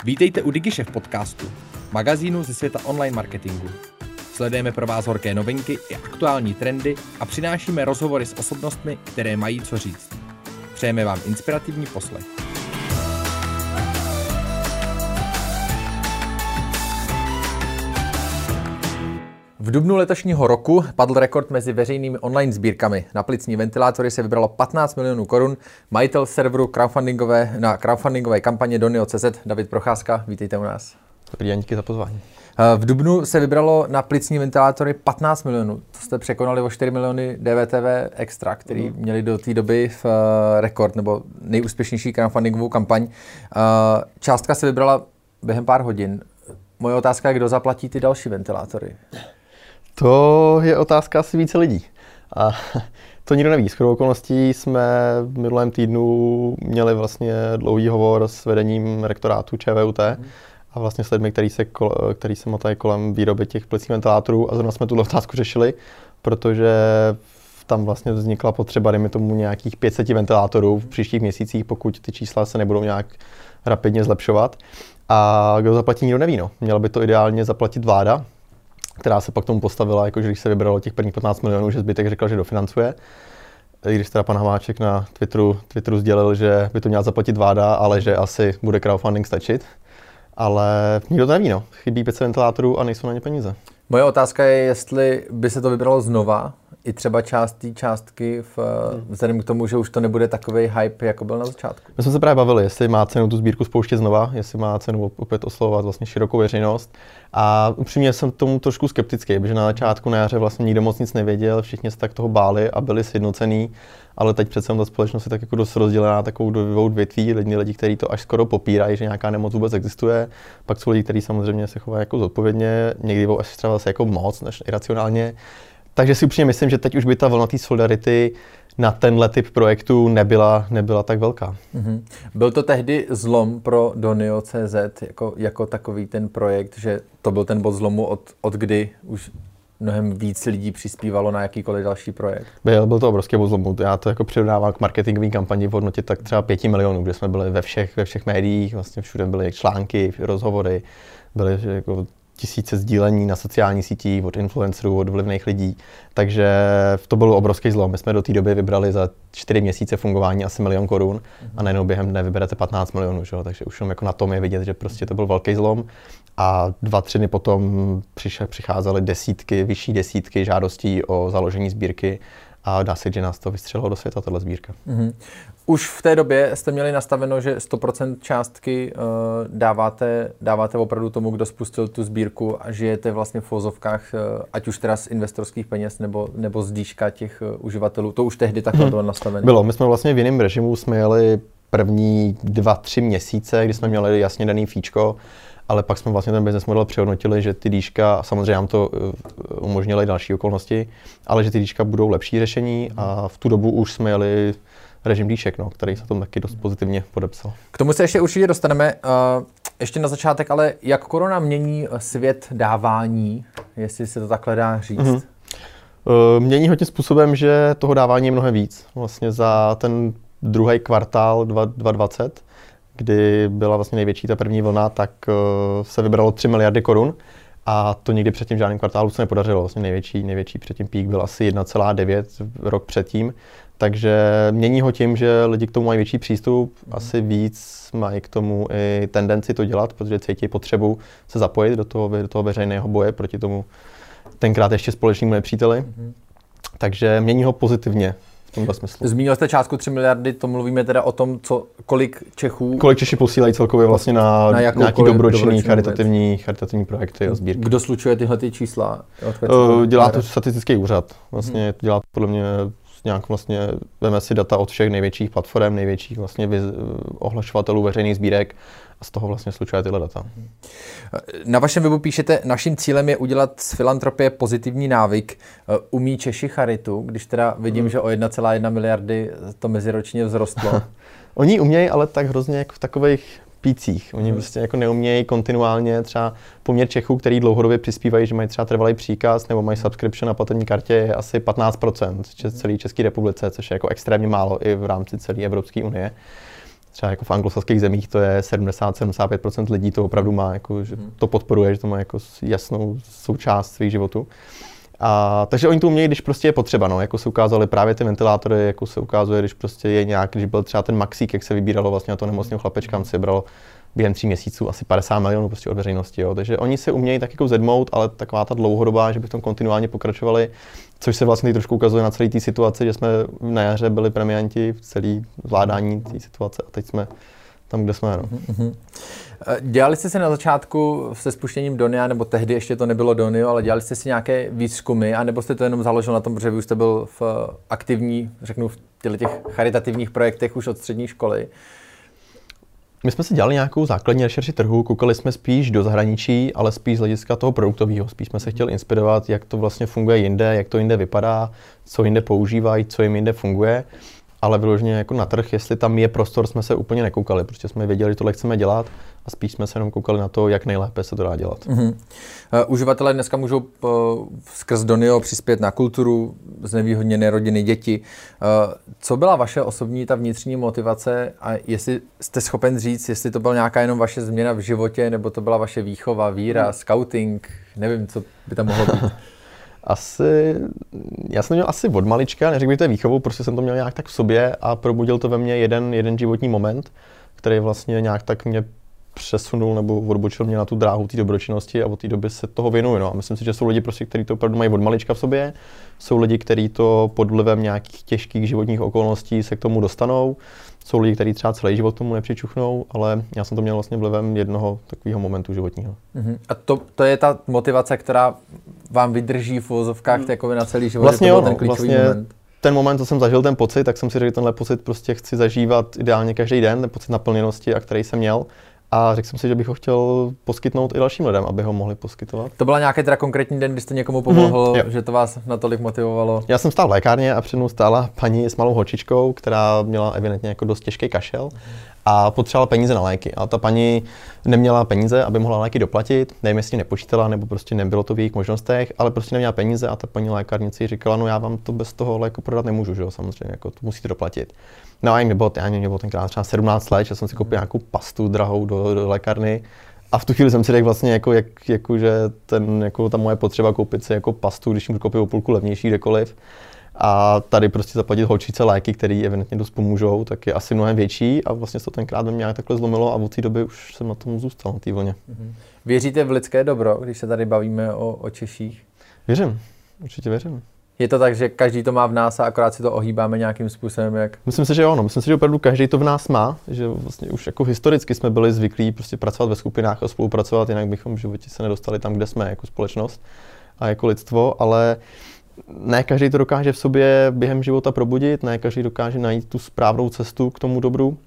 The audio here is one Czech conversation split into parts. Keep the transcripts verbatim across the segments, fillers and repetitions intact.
Vítejte u DigiShef podcastu, magazínu ze světa online marketingu. Sledujeme pro vás horké novinky i aktuální trendy a přinášíme rozhovory s osobnostmi, které mají co říct. Přejeme vám inspirativní poslech. V dubnu letošního roku padl rekord mezi veřejnými online sbírkami. Na plicní ventilátory se vybralo patnáct milionů korun. Majitel serveru crowdfundingové, na crowdfundingové kampaně Donio tečka cé zet David Procházka, vítejte u nás. Dobrý den, díky za pozvání. V dubnu se vybralo na plicní ventilátory patnáct milionů. To jste překonali o čtyři miliony D V T V Extra, který mm. měli do té doby v rekord nebo nejúspěšnější crowdfundingovou kampaň. Částka se vybrala během pár hodin. Moje otázka je, kdo zaplatí ty další ventilátory? To je otázka asi více lidí. A to nikdo neví. Shodou okolností jsme v minulém týdnu měli vlastně dlouhý hovor s vedením rektorátu ČVUT mm. a vlastně s lidmi, který se, který se motají kolem výroby těch plicních ventilátorů, a zrovna jsme tu otázku řešili, protože tam vlastně vznikla potřeba, dejme tomu, nějakých pět set ventilátorů v příštích měsících, pokud ty čísla se nebudou nějak rapidně zlepšovat. A kdo zaplatí, nikdo neví. No. Měla by to ideálně zaplatit vláda, která se pak tomu postavila, jakože když se vybralo těch prvních patnáct milionů, že zbytek řekl, že dofinancuje. I když teda pan Hamáček na Twitteru, Twitteru sdělil, že by to měla zaplatit vláda, ale že asi bude crowdfunding stačit. Ale nikdo to neví, no. Chybí pět set ventilátorů a nejsou na ně peníze. Moje otázka je, jestli by se to vybralo znova, i třeba část té částky, v, vzhledem k tomu, že už to nebude takový hype, jako byl na začátku. My jsme se právě bavili, jestli má cenu tu sbírku spouštět znova, jestli má cenu opět oslovovat vlastně širokou veřejnost. A upřímně jsem tomu trošku skeptický, protože na začátku na jaře vlastně nikdo moc nic nevěděl, všichni se tak toho báli a byli sjednocení, ale teď přece ta společnost je tak jako dost rozdělená takovou do dvou větví, lidi, lidi, kteří to až skoro popírají, že nějaká nemoc vůbec existuje. Pak jsou lidi, kteří samozřejmě se chovají jako zodpovědně, někdy až třeba se jako moc, než iracionálně. Takže si upřímně myslím, že teď už by ta vlna té solidarity na tenhle typ projektu nebyla, nebyla tak velká. Mm-hmm. Byl to tehdy zlom pro Donio tečka cé zet jako, jako takový ten projekt, že to byl ten bod zlomu, od, od kdy už mnohem víc lidí přispívalo na jakýkoliv další projekt? Byl, byl to obrovský bod zlomu. Já to jako přirovnávám k marketingové kampani v hodnotě tak třeba pěti milionů, kde jsme byli ve všech, ve všech médiích, vlastně všude byly články, rozhovory, byly jako tisíce sdílení na sociálních sítích od influencerů, od vlivných lidí. Takže to byl obrovský zlom. My jsme do té doby vybrali za čtyři měsíce fungování asi milion korun mm-hmm. a najednou během dne vyberete patnáct milionů. Že? Takže už jako na tom je vidět, že prostě to byl velký zlom. A dva, tři dny potom přicházely desítky, vyšší desítky žádostí o založení sbírky. A dá se, že nás to vystřelilo do světa, tato sbírka. Mm-hmm. Už v té době jste měli nastaveno, že sto procent částky uh, dáváte, dáváte opravdu tomu, kdo spustil tu sbírku, a žijete vlastně v uvozovkách, uh, ať už teda z investorských peněz nebo, nebo z dýška těch uh, uživatelů. To už tehdy takhle hmm. bylo nastavené. Bylo, my jsme vlastně v jiném režimu, jsme jeli první dva, tři měsíce, kdy jsme měli jasně daný fíčko, ale pak jsme vlastně ten business model přehodnotili, že ty dýška, samozřejmě nám to umožnily i další okolnosti, ale že ty dýška budou lepší řešení a v tu dobu už jsme jeli režim dýšek, no, který se tom taky dost pozitivně podepsal. K tomu se ještě určitě dostaneme. Ještě na začátek, ale jak korona mění svět dávání, jestli se to takhle dá říct? Mm-hmm. Mění ho tím způsobem, že toho dávání je mnohem víc. Vlastně za ten druhý kvartál dva tisíce dvacet, kdy byla vlastně největší ta první vlna, tak se vybralo tři miliardy korun a to nikdy předtím v žádném kvartálu se nepodařilo. Vlastně největší, největší předtím pík byl asi jedna celá devět rok předtím. Takže mění ho tím, že lidi k tomu mají větší přístup, mm. asi víc mají k tomu i tendenci to dělat, protože cítí potřebu se zapojit do toho, do toho veřejného boje proti tomu tenkrát ještě společnému nepříteli. Mm. Takže mění ho pozitivně. Zmínil jste částku tři miliardy, to mluvíme teda o tom, co, kolik Čechů... Kolik Češi posílají celkově vlastně na, na nějaký dobročinný charitativní, charitativní projekty a sbírky. Kdo slučuje tyhle ty čísla? Uh, dělá to statistický úřad. Vlastně hmm. dělá to podle mě nějak vlastně, veme si data od všech největších platform, největších vlastně vyz, ohlašovatelů veřejných sbírek a z toho vlastně slučuje tyhle data. Na vašem webu píšete, naším cílem je udělat z filantropie pozitivní návyk. Umí Češi charitu, když teda vidím, hmm. že o jedna celá jedna miliardy to meziročně vzrostlo. Oni umějí, ale tak hrozně jako v takových pících. Oni hmm. prostě jako neumějí kontinuálně, třeba poměr Čechů, který dlouhodobě přispívají, že mají třeba trvalý příkaz nebo mají subscription na platební kartě, je asi patnáct procent celé České republice, což je jako extrémně málo i v rámci celé Evropské unie. třeba jako v anglosaských zemích to je sedmdesát až sedmdesát pět procent lidí to opravdu má, jako, že to podporuje, že to má jako jasnou součást svých životů. A, takže oni to umějí, když prostě je potřeba, no, jako se ukázaly právě ty ventilátory, jako se ukazuje, když prostě je nějak, když byl třeba ten Maxík, jak se vybíralo vlastně na to nemocného chlapečka, se bralo během tří měsíců asi padesát milionů prostě od veřejnosti, jo. Takže oni se umějí tak jako zedmout, ale taková ta dlouhodobá, že by v tom kontinuálně pokračovali, což se vlastně trošku ukazuje na celé té situaci, že jsme na jaře byli premianti v celé zvládání té situace a teď jsme tam, kde jsme. No. Mm-hmm. Dělali jste si na začátku se spuštěním Donia, nebo tehdy ještě to nebylo Donio, ale dělali jste si nějaké výzkumy, anebo jste to jenom založil na tom, protože vy už jste byl v aktivní, řeknu, v těch charitativních projektech už od střední školy? My jsme si dělali nějakou základní rešerši trhu, koukali jsme spíš do zahraničí, ale spíš z hlediska toho produktového. Spíš jsme se chtěli inspirovat, jak to vlastně funguje jinde, jak to jinde vypadá, co jinde používají, co jim jinde funguje. Ale vyloženě jako na trh, jestli tam je prostor, jsme se úplně nekoukali, protože jsme věděli, že tohle chceme dělat a spíš jsme se jenom koukali na to, jak nejlépe se to dá dělat. Mm-hmm. Uh, uživatelé dneska můžou uh, skrz Donio přispět na kulturu, znevýhodněné rodiny, děti. Uh, co byla vaše osobní ta vnitřní motivace a jestli jste schopen říct, jestli to byla nějaká jenom vaše změna v životě, nebo to byla vaše výchova, víra, mm. scouting, nevím, co by tam mohlo být. Asi, já jsem to měl asi od malička, neřekl bych to je výchovou, prostě jsem to měl nějak tak v sobě a probudil to ve mně jeden, jeden životní moment, který vlastně nějak tak mě přesunul nebo odbočil mě na tu dráhu té dobročinnosti a od té doby se toho věnuju. No. A myslím si, že jsou lidi, prostě, kteří to opravdu mají od malička v sobě, jsou lidi, kteří to pod vlivem nějakých těžkých životních okolností se k tomu dostanou, jsou lidi, kteří třeba celý život tomu nepřičuchnou, ale já jsem to měl vlastně vlivem jednoho takového momentu životního. Uh-huh. A to, to je ta motivace, která vám vydrží v uvozovkách mm. jako na celý život, vlastně to byl jo, ten klíčový vlastně moment. Ten moment, co jsem zažil, ten pocit, tak jsem si řekl, že tenhle pocit prostě chci zažívat ideálně každý den, ten pocit naplněnosti, a který jsem měl. A řekl jsem si, že bych ho chtěl poskytnout i dalším lidem, aby ho mohli poskytovat. To byla nějaký teda konkrétní den, kdy jste někomu pomohl, mm, že to vás natolik motivovalo? Já jsem stál v lékárně a před mnou stála paní s malou holčičkou, která měla evidentně jako dost těžký kašel a potřebovala peníze na léky. A ta paní neměla peníze, aby mohla léky doplatit, nevím, jestli nepočítala, nebo prostě nebylo to v jejich možnostech, ale prostě neměla peníze a ta paní lékárnici říkala, no já vám to bez toho léku prodat nemůžu, že jo, samozřejmě, jako to musíte doplatit. No a jim nebylo, já mě bylo tenkrát třeba sedmnáct let, že jsem si koupil nějakou pastu drahou do, do lékárny a v tu chvíli jsem si řekl vlastně, jako, jak, jako, že ten, jako, ta moje potřeba koupit si jako pastu, když jim koupím o půlku levnější kdekoliv a tady prostě zaplatit holčice léky, které evidentně dost pomůžou, tak je asi mnohem větší a vlastně se to tenkrát mě nějak takhle zlomilo a od té doby už jsem na tom zůstal, na té vlně. Věříte v lidské dobro, když se tady bavíme o, o Češích? Věřím, určitě věřím. Je to tak, že každý to má v nás a akorát si to ohýbáme nějakým způsobem, jak? Myslím si, že jo, no. Myslím si, že opravdu každý to v nás má, že vlastně už jako historicky jsme byli zvyklí prostě pracovat ve skupinách a spolupracovat, jinak bychom v životě se nedostali tam, kde jsme jako společnost a jako lidstvo, ale ne každý to dokáže v sobě během života probudit, ne každý dokáže najít tu správnou cestu k tomu dobru,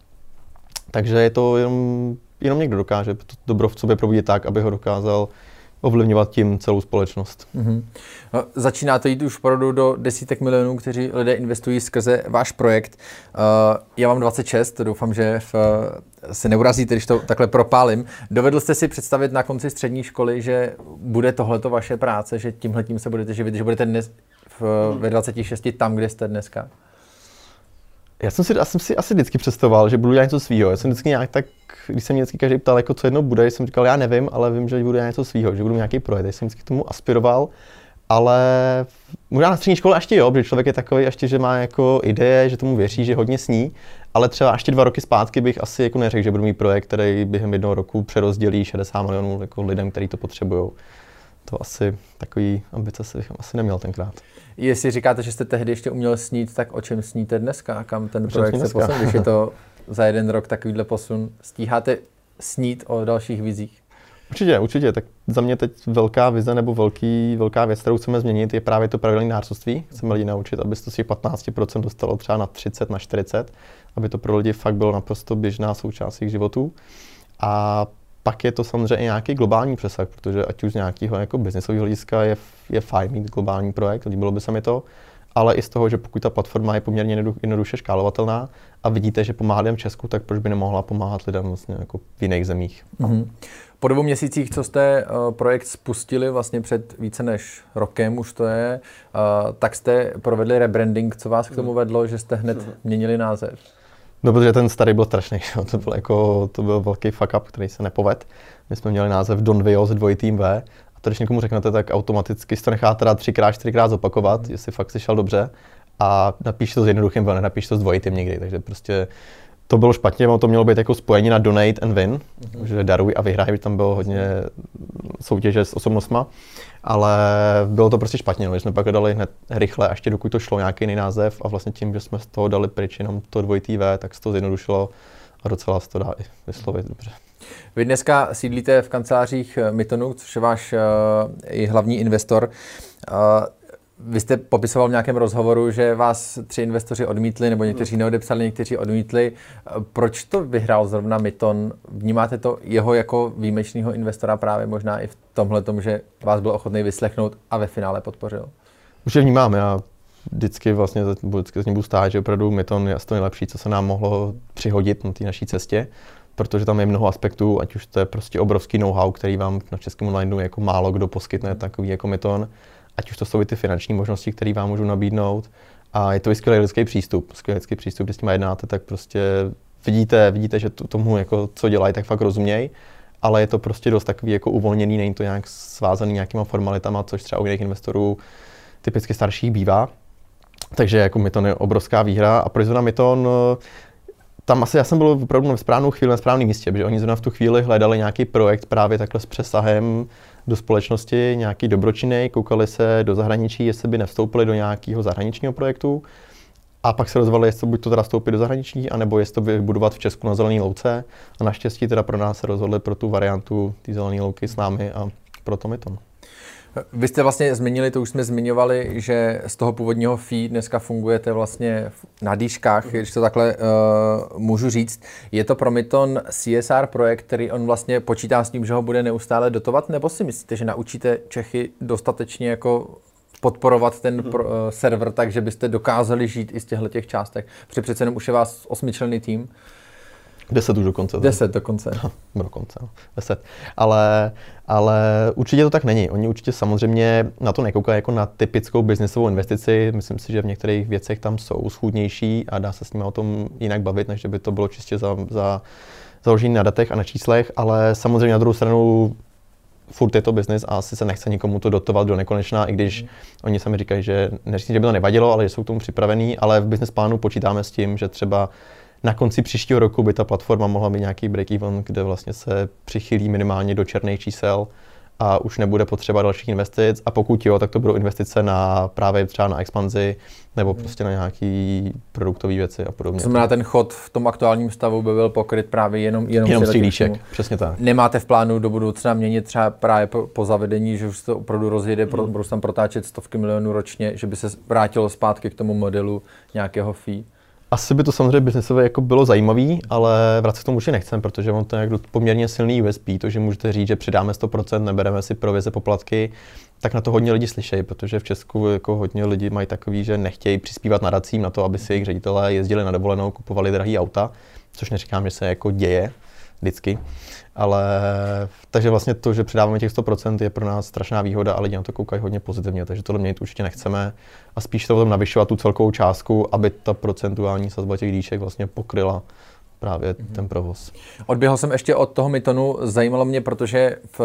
takže je to jenom, jenom někdo dokáže to dobro v sobě probudit tak, aby ho dokázal ovlivňovat tím celou společnost. Mm-hmm. No, začíná to jít už opravdu do desítek milionů, kteří lidé investují skrze váš projekt. Uh, já mám dvacet šest, doufám, že v, se neurazíte, když to takhle propálím. Dovedl jste si představit na konci střední školy, že bude tohleto vaše práce, že tímhletím se budete živit, že budete dnes v, ve dvaceti šesti tam, kde jste dneska? Já jsem si, já jsem si asi vždycky představoval, že budu dělat něco svýho. Já jsem vždycky nějak tak, když se mě vždycky každý ptal, jako co jednou bude, jsem říkal, já nevím, ale vím, že budu dělat něco svýho, že budu nějaký projekt. Já jsem vždycky k tomu aspiroval, ale možná na střední škole ještě jo, protože člověk je takový ještě, že má jako ideje, že tomu věří, že hodně sní, ale třeba ještě dva roky zpátky bych asi jako neřekl, že budu mít projekt, který během jednoho roku přerozdělí šedesát milionů jako lidem, kteří to potřebují. To asi takový ambice jsem asi neměl tenkrát. Jestli říkáte, že jste tehdy ještě uměl snít, tak o čem sníte dneska? Kam ten projekt se posun, když je to za jeden rok takovýhle posun? Stíháte snít o dalších vizích? Určitě, určitě. Tak za mě teď velká vize nebo velký, velká věc, kterou chceme změnit, je právě to pravidelné dárcovství. Chceme lidi naučit, aby se to z těch patnáct procent dostalo třeba na třicet, na čtyřicet, aby to pro lidi fakt bylo naprosto běžná součást jejich životů. A pak je to samozřejmě nějaký globální přesah, protože ať už z nějakého jako biznesového hlediska je, je fajn mít globální projekt, líbilo by se mi to, ale i z toho, že pokud ta platforma je poměrně jednoduše škálovatelná a vidíte, že pomáhá lidem v Česku, tak proč by nemohla pomáhat lidem vlastně jako v jiných zemích. Mm-hmm. Po dvou měsících, co jste uh, projekt spustili vlastně před více než rokem už to je, uh, tak jste provedli rebranding. Co vás k tomu vedlo, že jste hned měnili název? No, protože ten starý byl strašný, to byl, jako, to byl velký fuck up, který se nepovedl. My jsme měli název Don Vios dvojitým V a to, když někomu řeknete, tak automaticky si to nechá teda třikrát, čtyřikrát zopakovat, mm. jestli fakt si šel dobře a napíš to s jednoduchým V, nenapíš to s dvojitým někdy, takže prostě to bylo špatně, to mělo být jako spojení na donate and win, mm-hmm. že daruj a vyhraj, že tam bylo hodně soutěže s osobnostma, ale bylo to prostě špatně, no, že jsme pak dali hned rychle, ještě dokud to šlo nějaký jiný název a vlastně tím, že jsme z toho dali pryč jenom to dvojitý V, tak se to zjednodušilo a docela se to dá i vyslovit dobře. Vy dneska sídlíte v kancelářích Mytonu, což je váš uh, i hlavní investor. Uh, Vy jste popisoval v nějakém rozhovoru, že vás tři investoři odmítli, nebo někteří neodepsali, někteří odmítli. Proč to vyhrál zrovna Myton? Vnímáte to jeho jako výjimečného investora právě možná i v tomhle tomu, že vás byl ochotný vyslechnout a ve finále podpořil? Už je vnímám, já vždycky vlastně vždycky z něj budu stát, že opravdu Myton je to nejlepší, co se nám mohlo přihodit na té naší cestě, protože tam je mnoho aspektů, ať už to je prostě obrovský know-how, který vám na českém online jako málo kdo poskytne, takový jako Myton. Ať už to jsou i ty finanční možnosti, které vám můžu nabídnout. A je to i skvělý lidský přístup. Skvělý lidský přístup, když s tím jednáte, tak prostě vidíte, vidíte, že tomu, jako, co dělají, tak fakt rozumějí. Ale je to prostě dost takový jako uvolněný, není to nějak svázaný nějakýma formalitama, což třeba u jiných investorů typicky starších bývá. Takže jako Myton je obrovská výhra. A proč zrovna Myton? Tam asi já jsem byl opravdu v správnou chvíli na správném místě, protože oni zrovna v tu chvíli hledali nějaký projekt právě takhle s přesahem do společnosti, nějaký dobročinný, koukali se do zahraničí, jestli by nevstoupili do nějakého zahraničního projektu a pak se rozhodli, jestli buď to teda vstoupit do zahraničí, anebo jestli to vybudovat v Česku na zelené louce a naštěstí teda pro nás se rozhodli pro tu variantu té zelené louky s námi a proto Myton. Vy jste vlastně zmínili, to už jsme zmiňovali, že z toho původního fee dneska fungujete vlastně na dýškách, když to takhle uh, můžu říct. Je to pro Myton C S R projekt, který on vlastně počítá s tím, že ho bude neustále dotovat, nebo si myslíte, že naučíte Čechy dostatečně jako podporovat ten pro, uh, server tak, že byste dokázali žít i z těchto těch částek? Protože přece jenom už je vás osmičlenný tým. Deset už dokonce. Deset dokonce. No, dokonce, no. Deset. Ale, ale určitě to tak není. Oni určitě samozřejmě na to nekoukají jako na typickou biznesovou investici. Myslím si, že v některých věcech tam jsou schůdnější a dá se s nimi o tom jinak bavit, než by to bylo čistě za, za založené na datech a na číslech. Ale samozřejmě na druhou stranu furt je to biznis a asi se nechce nikomu to dotovat do nekonečna, i když mm. oni sami říkají, že neříkají, že by to nevadilo, ale že jsou k tomu připravení. Ale v business plánu počítáme s tím, že třeba na konci příštího roku by ta platforma mohla mít nějaký break-even, kde vlastně se přichylí minimálně do černých čísel a už nebude potřeba dalších investic. A pokud jo, tak to budou investice na právě třeba na expanzi nebo prostě na nějaký produktové věci a podobně. Znamená, ten chod v tom aktuálním stavu by byl pokryt právě jenom jenom, jenom z těch líšek, přesně tak. Nemáte v plánu do budoucna měnit třeba právě po, po zavedení, že už se to opravdu rozjede, hmm. budou se tam protáčet stovky milionů ročně, že by se vrátilo zpátky k tomu modelu nějakého fee? Asi by to samozřejmě biznesově jako bylo zajímavý, ale vracet k tomu určitě nechcem, protože on to je jako poměrně silný U S P, to, že můžete říct, že přidáme sto procent, nebereme si provize, poplatky, tak na to hodně lidi slyšejí, protože v Česku jako hodně lidí mají takový, že nechtějí přispívat nadacím na to, aby si jejich ředitelé jezdili na dovolenou, kupovali drahý auta, což neříkám, že se jako děje vždycky. Ale takže vlastně to, že přidáváme těch sto procent je pro nás strašná výhoda a lidi na to koukají hodně pozitivně, takže tohle měnit určitě nechceme a spíš to potom navyšovat tu celkovou částku, aby ta procentuální sazba těch díček vlastně pokryla právě mm-hmm. ten provoz. Odběhl jsem ještě od toho Mytonu, zajímalo mě, protože v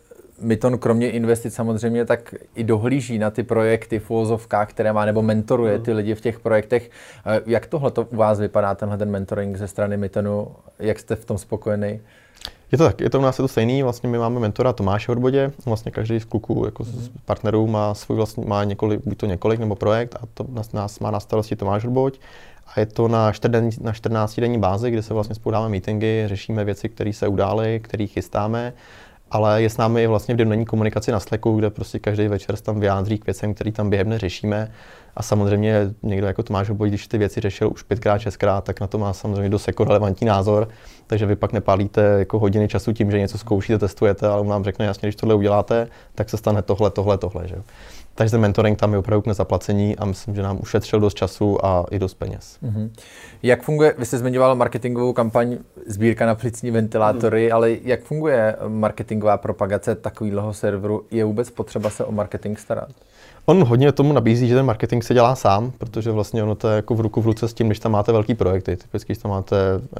Myton kromě investic samozřejmě tak i dohlíží na ty projekty v uvozovkách, které má, nebo mentoruje ty lidi v těch projektech. Jak tohle to u vás vypadá, tenhle ten mentoring ze strany Mytonu? Jak jste v tom spokojený? Je to tak, je to u nás je to stejný, vlastně my máme mentora Tomáše Odbodě, vlastně každý z kluků jako mm. z partnerů má svůj vlastní, má několik, buď to několik nebo projekt a to nás, nás má na starosti Tomáš Odboď a je to na, čtrden, na čtrnáctidenní bázi, kde se vlastně spolu dáme meetingy, řešíme věci, které se udály, které chystáme, ale je s námi vlastně v denní komunikaci na Slacku, kde prostě každý večer se tam vyjádří k věcem, které tam během dne řešíme. A samozřejmě někdo jako Tomáš Odboj, když ty věci řešil už pětkrát, šestkrát, tak na to má samozřejmě dost jako relevantní názor, takže vy pak nepálíte jako hodiny času tím, že něco zkoušíte, testujete, ale on vám řekne jasně, když tohle uděláte, tak se stane tohle, tohle, tohle. Že? Takže ten mentoring tam je opravdu k nezaplacení a myslím, že nám ušetřil dost času a i dost peněz. Mm-hmm. Jak funguje, vy jste zmiňoval marketingovou kampaň sbírka na plicní ventilátory, mm. ale jak funguje marketingová propagace takového serveru? Je vůbec potřeba se o marketing starat? On hodně tomu nabízí, že ten marketing se dělá sám, protože vlastně ono to je jako v ruku v ruce s tím, když tam máte velký projekty. Typicky, když tam máte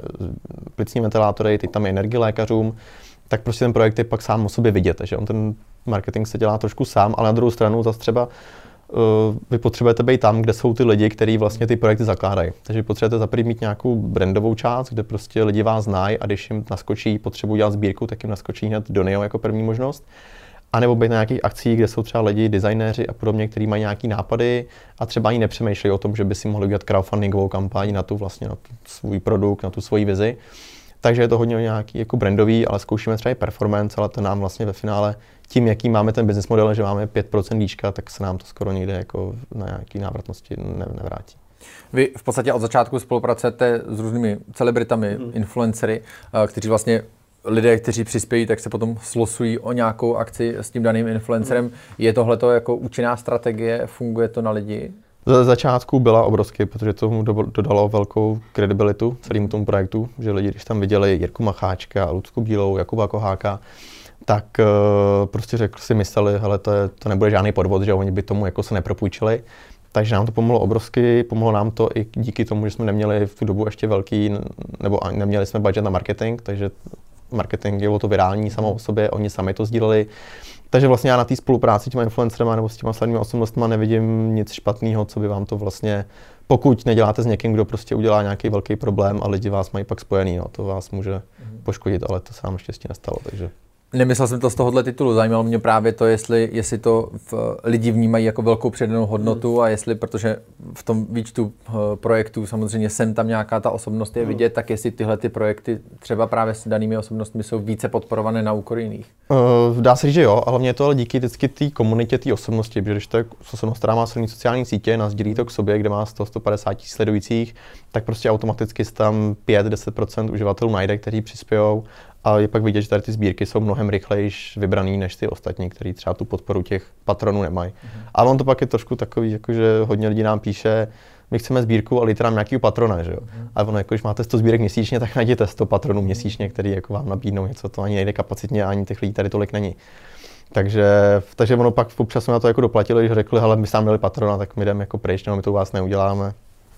plicní ventilátory, teď tam je energii lékařům, tak prostě ten projekt je pak sám o sobě vidět. Takže on ten marketing se dělá trošku sám, ale na druhou stranu zase třeba uh, vy potřebujete být tam, kde jsou ty lidi, kteří vlastně ty projekty zakládají. Takže potřebujete zaprvé mít nějakou brandovou část, kde prostě lidi vás znají a když jim naskočí, potřebují dělat sbírku, tak jim naskočí hned do Neo jako první možnost. A nebo být na nějakých akcích, kde jsou třeba lidi, designéři a podobně, kteří mají nějaký nápady a třeba ani nepřemýšlejí o tom, že by si mohli udělat crowdfundingovou kampaň na tu vlastně na tu svůj produkt, na tu svoji vizi. Takže je to hodně nějaký jako brandový, ale zkoušíme třeba i performance, ale to nám vlastně ve finále tím, jaký máme ten business model, že máme pět procent díčka, tak se nám to skoro nikde jako na nějaký návratnosti ne, nevrátí. Vy v podstatě od začátku spolupracujete s různými celebritami, mm. influencery, kteří vlastně lidé, kteří přispějí, tak se potom slosují o nějakou akci s tím daným influencerem. Mm. Je tohleto jako účinná strategie? Funguje to na lidi? Ze začátku byla obrovsky, protože tomu dodalo velkou kredibilitu celému tomu projektu, že lidi, když tam viděli Jirku Macháčka, Lucku Bílou, Jakuba Koháka, tak uh, prostě řekl, si mysleli, hele, to, je, to nebude žádný podvod, že oni by tomu jako se nepropůjčili. Takže nám to pomohlo obrovsky, pomohlo nám to i díky tomu, že jsme neměli v tu dobu ještě velký, nebo neměli jsme budget na marketing, takže marketing bylo to virální samo o sobě, oni sami to sdíleli. Takže vlastně já na té spolupráci s těma influencerama nebo s těma slavnými osobnostmi nevidím nic špatného, co by vám to vlastně, pokud neděláte s někým, kdo prostě udělá nějaký velký problém a lidi vás mají pak spojený, no, to vás může poškodit, ale to se vám štěstí nestalo, takže. Nemyslel jsem to z tohohle titulu, zajímalo mě právě to, jestli, jestli to v, lidi vnímají jako velkou přidanou hodnotu hmm. a jestli, protože v tom výčtu uh, projektů samozřejmě sem tam nějaká ta osobnost je vidět, hmm. tak jestli tyhle ty projekty třeba právě s danými osobnostmi jsou více podporované na úkor jiných. Uh, dá se říct, že jo, ale hlavně je to ale díky vždycky té komunitě, té osobnosti, protože když to je osobnost, která má silné sociální sítě, nasdílí to k sobě, kde má sto až sto padesát tisíc sledujících, tak prostě automaticky tam pět až deset procent uživatelů najde, kteří přispějou. A je pak vidět, že tady ty sbírky jsou mnohem rychleji vybraný než ty ostatní, kteří třeba tu podporu těch patronů nemají. Mm. Ale on to pak je trošku takový, jakože hodně lidí nám píše, my chceme sbírku, ale tam nějakýho patrona, že jo. Mm. A ono, jako, když máte sto sbírek měsíčně, tak najděte sto patronů měsíčně, který jako vám nabídnou něco, to ani nejde kapacitně, ani těch lidí tady tolik není. Takže, takže ono pak občas na to jako doplatili, když řekli, hele, my jsme měli patrona, tak my jdeme jako pryč, nebo my to u vás neuděláme.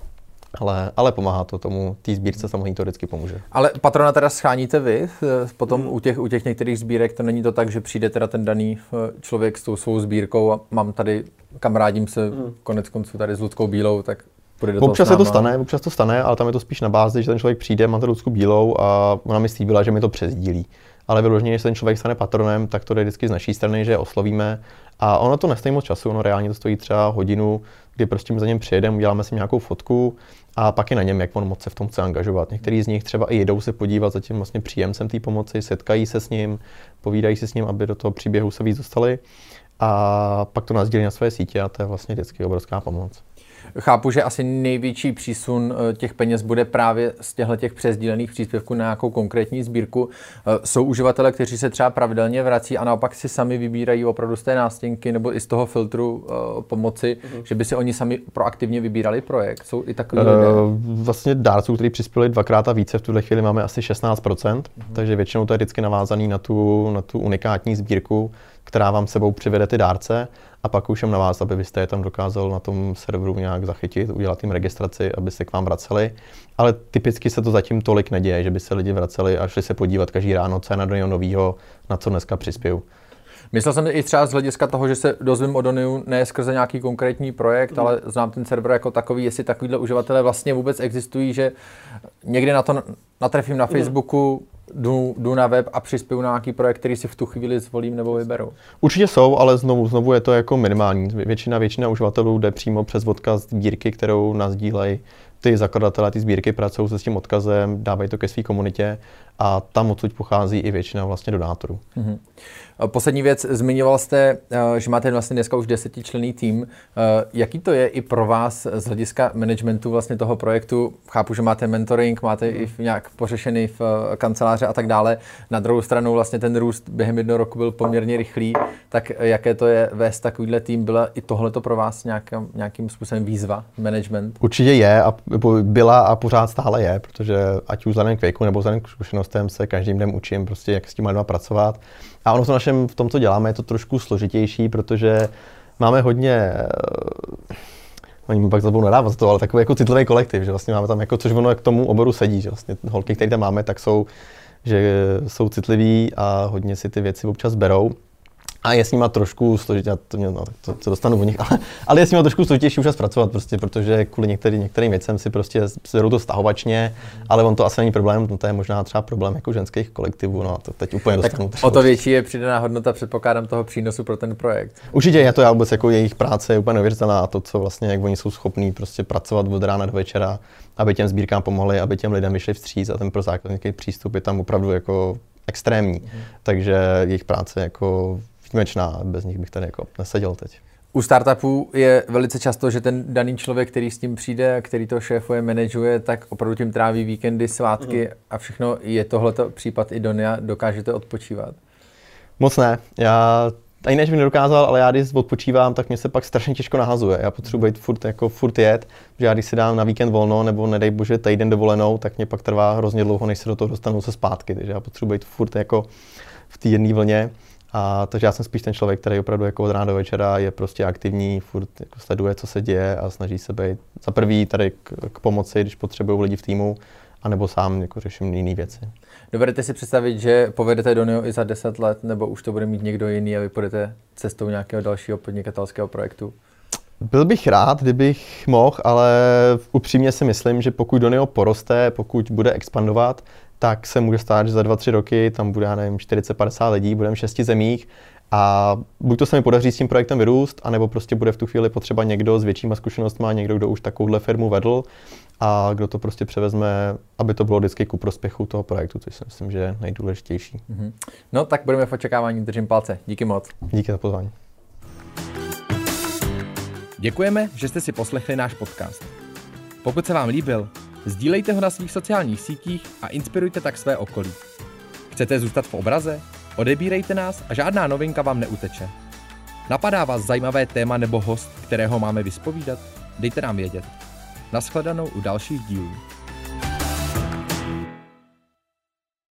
Ale, ale pomáhá to tomu, té sbírce samozřejmě to vždycky pomůže. Ale patrona teda scháníte vy, potom mm. u, těch, u těch některých sbírek to není to tak, že přijde teda ten daný člověk s tou svou sbírkou a mám tady, kamarádím se mm. konec konců tady s Luckou Bílou, tak půjde do toho občas se to stane, občas to stane, ale tam je to spíš na bázi, že ten člověk přijde, má tady Lucku Bílou a ona mi slíbila, že mi to přesdílí. Ale vyloženě, když ten člověk stane patronem, tak to jde vždycky z naší strany, že oslovíme. A ono to nestojí moc času, ono reálně to stojí třeba hodinu, kdy prostě my za něm přijedeme, uděláme si nějakou fotku a pak je na něm, jak on moc se v tom chce angažovat. Některý z nich třeba i jedou se podívat za tím vlastně příjemcem té pomoci, setkají se s ním, povídají si s ním, aby do toho příběhu se víc dostali a pak to nasdílí na své sítě a to je vlastně vždycky obrovská pomoc. Chápu, že asi největší přísun těch peněz bude právě z těchto těch přesdílených příspěvků na nějakou konkrétní sbírku. Jsou uživatelé, kteří se třeba pravidelně vrací a naopak si sami vybírají opravdu z té nástěnky nebo i z toho filtru uh, pomoci, mm-hmm. že by si oni sami proaktivně vybírali projekt. Jsou i takový lidé? Uh, vlastně dárců, kteří přispěli dvakrát a více, v tuhle chvíli máme asi šestnáct procent, mm-hmm. takže většinou to je vždycky navázaný na tu, na tu unikátní sbírku, která vám sebou přivede ty dárce. A pak už jen na vás, aby byste je tam dokázal na tom serveru nějak zachytit, udělat jim registraci, aby se k vám vraceli. Ale typicky se to zatím tolik neděje, že by se lidi vraceli a šli se podívat každý ráno, co je na Donio novýho, na co dneska přispěju. Myslel jsem i třeba z hlediska toho, že se dozvím o Doniu ne skrze nějaký konkrétní projekt, mm. ale znám ten server jako takový, jestli takovýhle uživatelé vlastně vůbec existují, že někde na to natrefím na Facebooku, jdu, jdu na web a přispěju na nějaký projekt, který si v tu chvíli zvolím nebo vyberu. Určitě jsou, ale znovu, znovu je to jako minimální. Většina, většina uživatelů jde přímo přes odkaz sbírky, kterou nasdílejí ty zakladatelé ty sbírky, pracují se s tím odkazem, dávají to ke své komunitě a tam odsud pochází i většina vlastně donátorů. Mm-hmm. Poslední věc, zmiňoval jste, že máte vlastně dneska už desetičlenný tým. Jaký to je i pro vás z hlediska managementu vlastně toho projektu? Chápu, že máte mentoring, máte mm. i nějak pořešený v kanceláře a tak dále. Na druhou stranu vlastně ten růst během jednoho roku byl poměrně rychlý. Tak jaké to je vést takovýhle tým? Byla i tohleto pro vás nějakým, nějakým způsobem výzva, management? Určitě je a byla a pořád stále je, protože ať už vzhledem k věku nebo vzhledem k zkušenostem se každým dnem učím prostě, jak s tím lidma pracovat. A ono v našem, v tom, co děláme, je to trošku složitější, protože máme hodně, oni mi pak zabudou nadávat to, ale takový jako citlivý kolektiv, že vlastně máme tam jako, což ono k tomu oboru sedí, že vlastně holky, které tam máme, tak jsou, že jsou citliví a hodně si ty věci občas berou. A je s nima trošku složitě, to, no, to, to dostanu od nich, ale, ale je s nima trošku složitější už zpracovat, prostě, protože kvůli některý, některým věcem si prostě berou to stahovačně, mm. ale on to asi není problém, no, to je možná třeba problém jako ženských kolektivů, no a to teď úplně dostanu. Tak o to větší je přidaná hodnota, předpokládám, toho přínosu pro ten projekt. Určitě je to, já vůbec jako jejich práce je úplně neuvěřitelná a to, co vlastně, jak oni jsou schopní prostě pracovat od rána do večera, aby těm sbírkám pomohli, aby těm lidem vyšli vstříc a ten pro základní přístup je tam opravdu jako extrémní, mm. takže jejich práce jako výjimečná, bez nich bych tady jako neseděl teď. U startupů je velice často, že ten daný člověk, který s tím přijde, který to šéfuje, manažuje, tak opravdu tím tráví víkendy, svátky mm. a všechno. Je tohleto případ i Donia? Dokážete odpočívat? Moc ne. Já ani než bych nedokázal, ale já když odpočívám, tak mě se pak strašně těžko nahazuje. Já potřebuji být furt, jako furt jet, že já když si dám na víkend volno, nebo nedej bože týden dovolenou, tak mě pak trvá hrozně dlouho, než se do toho dostanu se zpátky. Takže já potřebuji být furt jako v té jedné vlně. A takže já jsem spíš ten člověk, který opravdu jako od rána do večera je prostě aktivní, furt jako sleduje, co se děje a snaží se být za prvý tady k, k pomoci, když potřebují lidi v týmu, anebo sám jako řeším jiné věci. Dovedete si představit, že povedete Donio i za deset let, nebo už to bude mít někdo jiný a vy půjdete cestou nějakého dalšího podnikatelského projektu? Byl bych rád, kdybych mohl, ale upřímně si myslím, že pokud Donio poroste, pokud bude expandovat, tak se může stát, že za dva, tři roky tam bude, já nevím, čtyřicet padesát lidí, budeme v šesti zemích a buď to se mi podaří s tím projektem vyrůst, anebo prostě bude v tu chvíli potřeba někdo s většíma zkušenostmi, někdo, kdo už takovouhle firmu vedl a kdo to prostě převezme, aby to bylo vždycky ku prospěchu toho projektu, což si myslím, že je nejdůležitější. Mm-hmm. No tak budeme v očekávání, držím palce. Díky moc. Díky za pozvání. Děkujeme, že jste si poslechli náš podcast. Pokud se vám líbil, sdílejte ho na svých sociálních sítích a inspirujte tak své okolí. Chcete zůstat v obraze? Odebírejte nás a žádná novinka vám neuteče. Napadá vás zajímavé téma nebo host, kterého máme vyspovídat? Dejte nám vědět. Nashledanou u dalších dílů.